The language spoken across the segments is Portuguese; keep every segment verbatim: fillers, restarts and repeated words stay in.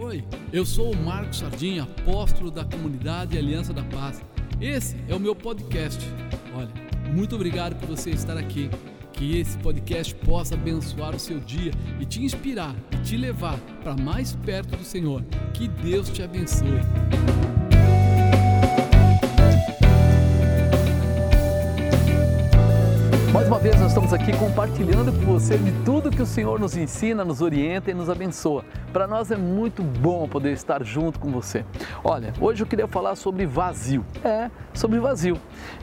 Oi, eu sou o Marcos Sardinha, apóstolo da Comunidade Aliança da Paz. Esse é o meu podcast. Olha, muito obrigado por você estar aqui. Que esse podcast possa abençoar o seu dia e te inspirar e te levar para mais perto do Senhor. Que Deus te abençoe. Mais uma vez nós estamos aqui compartilhando com você de tudo que o Senhor nos ensina, nos orienta e nos abençoa. Para nós é muito bom poder estar junto com você. Olha, hoje eu queria falar sobre vazio. É, sobre vazio.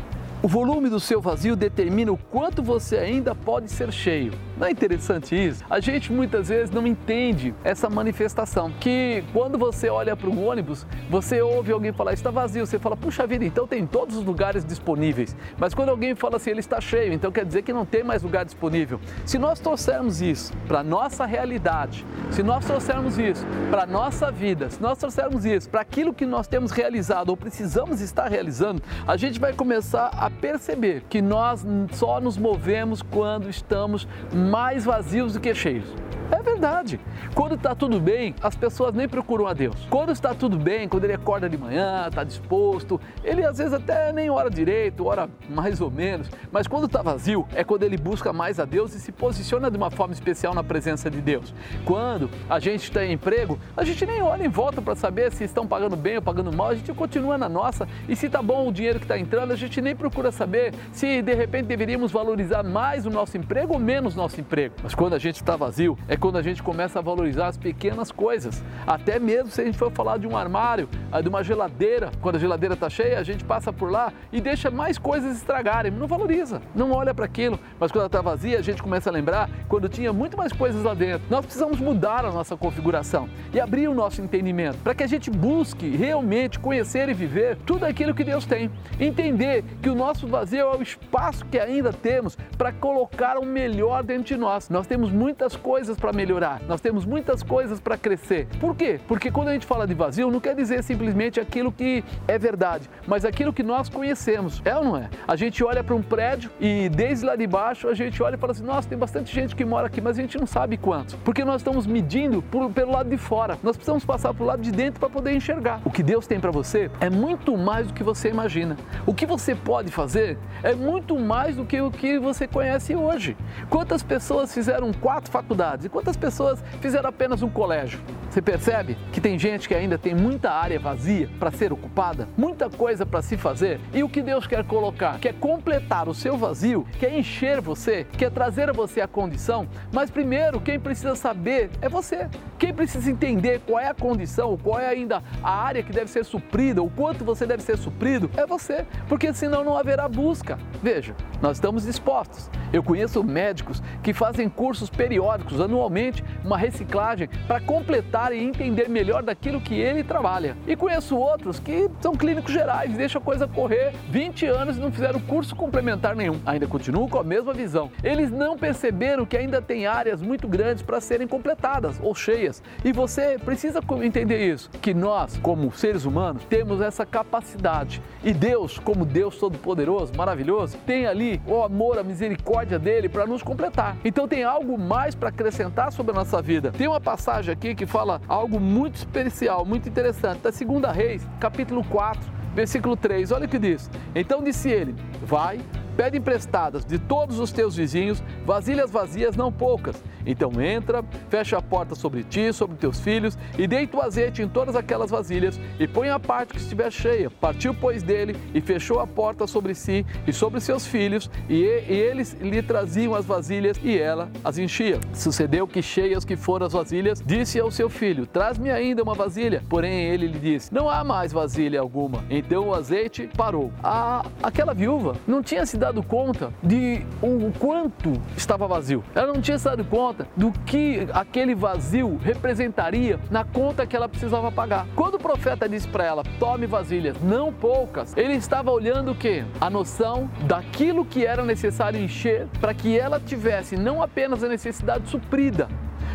O volume do seu vazio determina o quanto você ainda pode ser cheio. Não é interessante isso? A gente muitas vezes não entende essa manifestação. Que quando você olha para um ônibus, você ouve alguém falar, está vazio. Você fala, puxa vida, então tem todos os lugares disponíveis. Mas quando alguém fala assim, ele está cheio, então quer dizer que não tem mais lugar disponível. Se nós trouxermos isso para a nossa realidade, se nós trouxermos isso para a nossa vida, se nós trouxermos isso para aquilo que nós temos realizado ou precisamos estar realizando, a gente vai começar a perceber que nós só nos movemos quando estamos mais vazios do que cheios. É verdade. Quando está tudo bem, as pessoas nem procuram a Deus. Quando está tudo bem, quando ele acorda de manhã, está disposto, ele às vezes até nem ora direito, ora mais ou menos, mas quando está vazio, é quando ele busca mais a Deus e se posiciona de uma forma especial na presença de Deus. Quando a gente está em emprego, a gente nem olha em volta para saber se estão pagando bem ou pagando mal, a gente continua na nossa, e se está bom o dinheiro que está entrando, a gente nem procura saber se de repente deveríamos valorizar mais o nosso emprego ou menos o nosso emprego. Mas quando a gente está vazio, é quando a gente começa a valorizar as pequenas coisas. Até mesmo se a gente for falar de um armário, de uma geladeira, quando a geladeira está cheia, a gente passa por lá e deixa mais coisas estragarem. Não valoriza, não olha para aquilo. Mas quando ela está vazia, a gente começa a lembrar quando tinha muito mais coisas lá dentro. Nós precisamos mudar a nossa configuração e abrir o nosso entendimento para que a gente busque realmente conhecer e viver tudo aquilo que Deus tem. Entender que o nosso vazio é o espaço que ainda temos para colocar o melhor dentro de nós. Nós temos muitas coisas para melhorar, nós temos muitas coisas para crescer. Por quê? Porque quando a gente fala de vazio, não quer dizer simplesmente aquilo que é verdade, mas aquilo que nós conhecemos. É ou não é? A gente olha para um prédio e desde lá de baixo a gente olha e fala assim, nossa, tem bastante gente que mora aqui, mas a gente não sabe quantos, porque nós estamos medindo por, pelo lado de fora. Nós precisamos passar pelo lado de dentro para poder enxergar. O que Deus tem para você é muito mais do que você imagina. O que você pode fazer é muito mais do que o que você conhece hoje. Quantas pessoas fizeram quatro faculdades e quantas pessoas fizeram apenas um colégio? Você percebe que tem gente que ainda tem muita área vazia para ser ocupada, muita coisa para se fazer, e o que Deus quer colocar, quer completar o seu vazio, quer encher você, quer trazer a você a condição, mas primeiro quem precisa saber é você. Quem precisa entender qual é a condição, qual é ainda a área que deve ser suprida, o quanto você deve ser suprido, é você, porque senão não haverá busca. Veja, nós estamos dispostos. Eu conheço médicos que fazem cursos periódicos, anualmente, uma reciclagem para completar e entender melhor daquilo que ele trabalha. E conheço outros que são clínicos gerais, deixam a coisa correr vinte anos e não fizeram curso complementar nenhum. Ainda continuam com a mesma visão. Eles não perceberam que ainda tem áreas muito grandes para serem completadas ou cheias. E você precisa entender isso, que nós, como seres humanos, temos essa capacidade. E Deus, como Deus Todo-Poderoso, maravilhoso, tem ali o amor, a misericórdia dele para nos completar. Então tem algo mais para acrescentar sobre a nossa vida. Tem uma passagem aqui que fala algo muito especial, muito interessante, da Segunda Reis, capítulo quatro, versículo três. Olha o que diz. Então disse ele, vai, pede emprestadas de todos os teus vizinhos, vasilhas vazias, não poucas. Então entra, fecha a porta sobre ti, sobre teus filhos, e deita o azeite em todas aquelas vasilhas, e põe a parte que estiver cheia. Partiu, pois, dele, e fechou a porta sobre si e sobre seus filhos, e, e eles lhe traziam as vasilhas, e ela as enchia. Sucedeu que, cheias que foram as vasilhas, disse ao seu filho, traz-me ainda uma vasilha. Porém ele lhe disse, não há mais vasilha alguma. Então o azeite parou. A, aquela viúva não tinha se dado conta de o quanto estava vazio. Ela não tinha se dado conta do que aquele vazio representaria na conta que ela precisava pagar. Quando o profeta disse para ela, tome vasilhas, não poucas, ele estava olhando o quê? A noção daquilo que era necessário encher para que ela tivesse não apenas a necessidade suprida,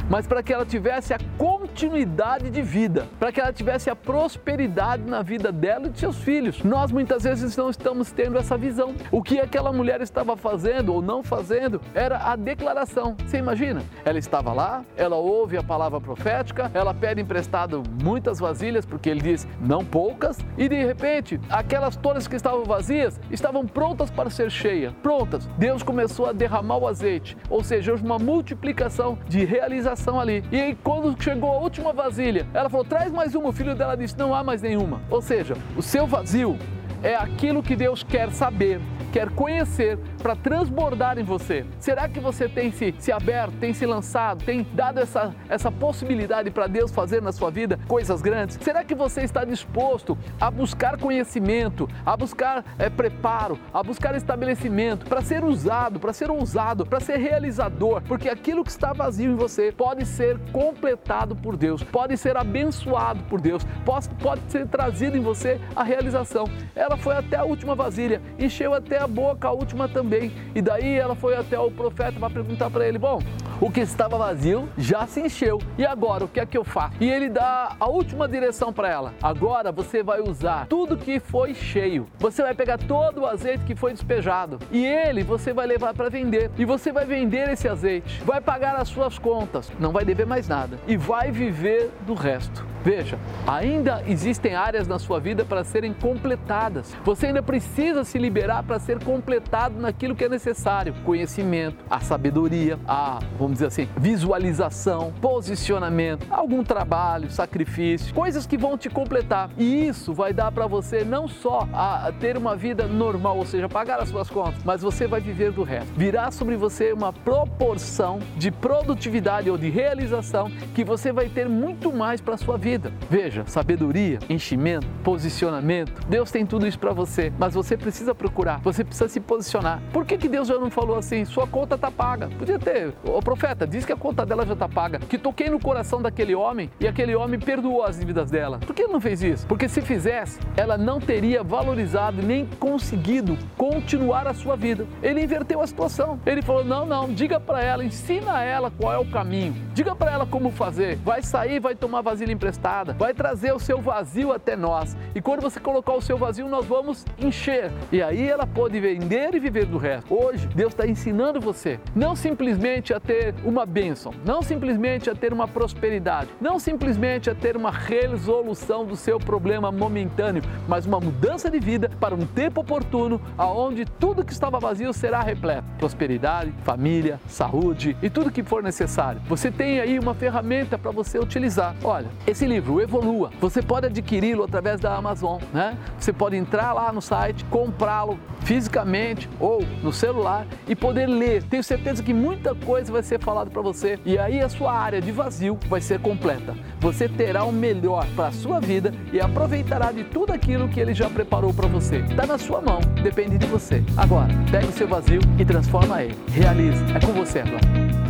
mas para que ela tivesse a continuidade de vida, para que ela tivesse a prosperidade na vida dela e de seus filhos. Nós muitas vezes não estamos tendo essa visão. O que aquela mulher estava fazendo ou não fazendo era a declaração. Você imagina? Ela estava lá, ela ouve a palavra profética, ela pede emprestado muitas vasilhas, porque ele diz não poucas, e de repente aquelas todas que estavam vazias estavam prontas para ser cheias, prontas. Deus começou a derramar o azeite, ou seja, houve uma multiplicação de realização ali. E aí quando chegou a última vasilha, ela falou, traz mais uma. O filho dela disse, não há mais nenhuma. Ou seja, o seu vazio é aquilo que Deus quer saber, quer conhecer para transbordar em você. Será que você tem se, se aberto, tem se lançado, tem dado essa, essa possibilidade para Deus fazer na sua vida coisas grandes? Será que você está disposto a buscar conhecimento, a buscar é, preparo, a buscar estabelecimento para ser usado, para ser ousado, para ser realizador? Porque aquilo que está vazio em você pode ser completado por Deus, pode ser abençoado por Deus, pode, pode ser trazido em você a realização. Ela foi até a última vasilha, encheu até a boca a última também. E daí ela foi até o profeta para perguntar para ele, bom, o que estava vazio já se encheu, e agora o que é que eu faço? E ele dá a última direção para ela. Agora você vai usar tudo que foi cheio, você vai pegar todo o azeite que foi despejado e ele você vai levar para vender, e você vai vender esse azeite, vai pagar as suas contas, não vai dever mais nada e vai viver do resto. Veja, ainda existem áreas na sua vida para serem completadas. Você ainda precisa se liberar para ser completado naquilo que é necessário. Conhecimento, a sabedoria, a, vamos dizer assim, visualização, posicionamento, algum trabalho, sacrifício, coisas que vão te completar. E isso vai dar para você não só a ter uma vida normal, ou seja, pagar as suas contas, mas você vai viver do resto. Virá sobre você uma proporção de produtividade ou de realização que você vai ter muito mais para a sua vida. Veja, sabedoria, enchimento, posicionamento, Deus tem tudo isso para você, mas você precisa procurar, você precisa se posicionar. Por que que Deus já não falou assim, sua conta está paga? Podia ter, o profeta diz que a conta dela já está paga, que toquei no coração daquele homem e aquele homem perdoou as dívidas dela. Por que ele não fez isso? Porque se fizesse, ela não teria valorizado nem conseguido continuar a sua vida. Ele inverteu a situação, ele falou, não, não, diga para ela, ensina a ela qual é o caminho, diga para ela como fazer, vai sair, vai tomar vasilha emprestada, vai trazer o seu vazio até nós, e quando você colocar o seu vazio nós vamos encher, e aí ela pode vender e viver do resto. Hoje Deus está ensinando você não simplesmente a ter uma bênção, não simplesmente a ter uma prosperidade, não simplesmente a ter uma resolução do seu problema momentâneo, mas uma mudança de vida para um tempo oportuno, aonde tudo que estava vazio será repleto, prosperidade, família, saúde e tudo que for necessário. Você tem aí uma ferramenta para você utilizar. Olha, esse livro, o Evolua, você pode adquiri-lo através da Amazon, né? Você pode entrar lá no site, comprá-lo fisicamente ou no celular e poder ler. Tenho certeza que muita coisa vai ser falada para você e aí a sua área de vazio vai ser completa. Você terá o melhor para a sua vida e aproveitará de tudo aquilo que Ele já preparou para você. Está na sua mão, depende de você. Agora, pega o seu vazio e transforma ele. Realize. É com você agora.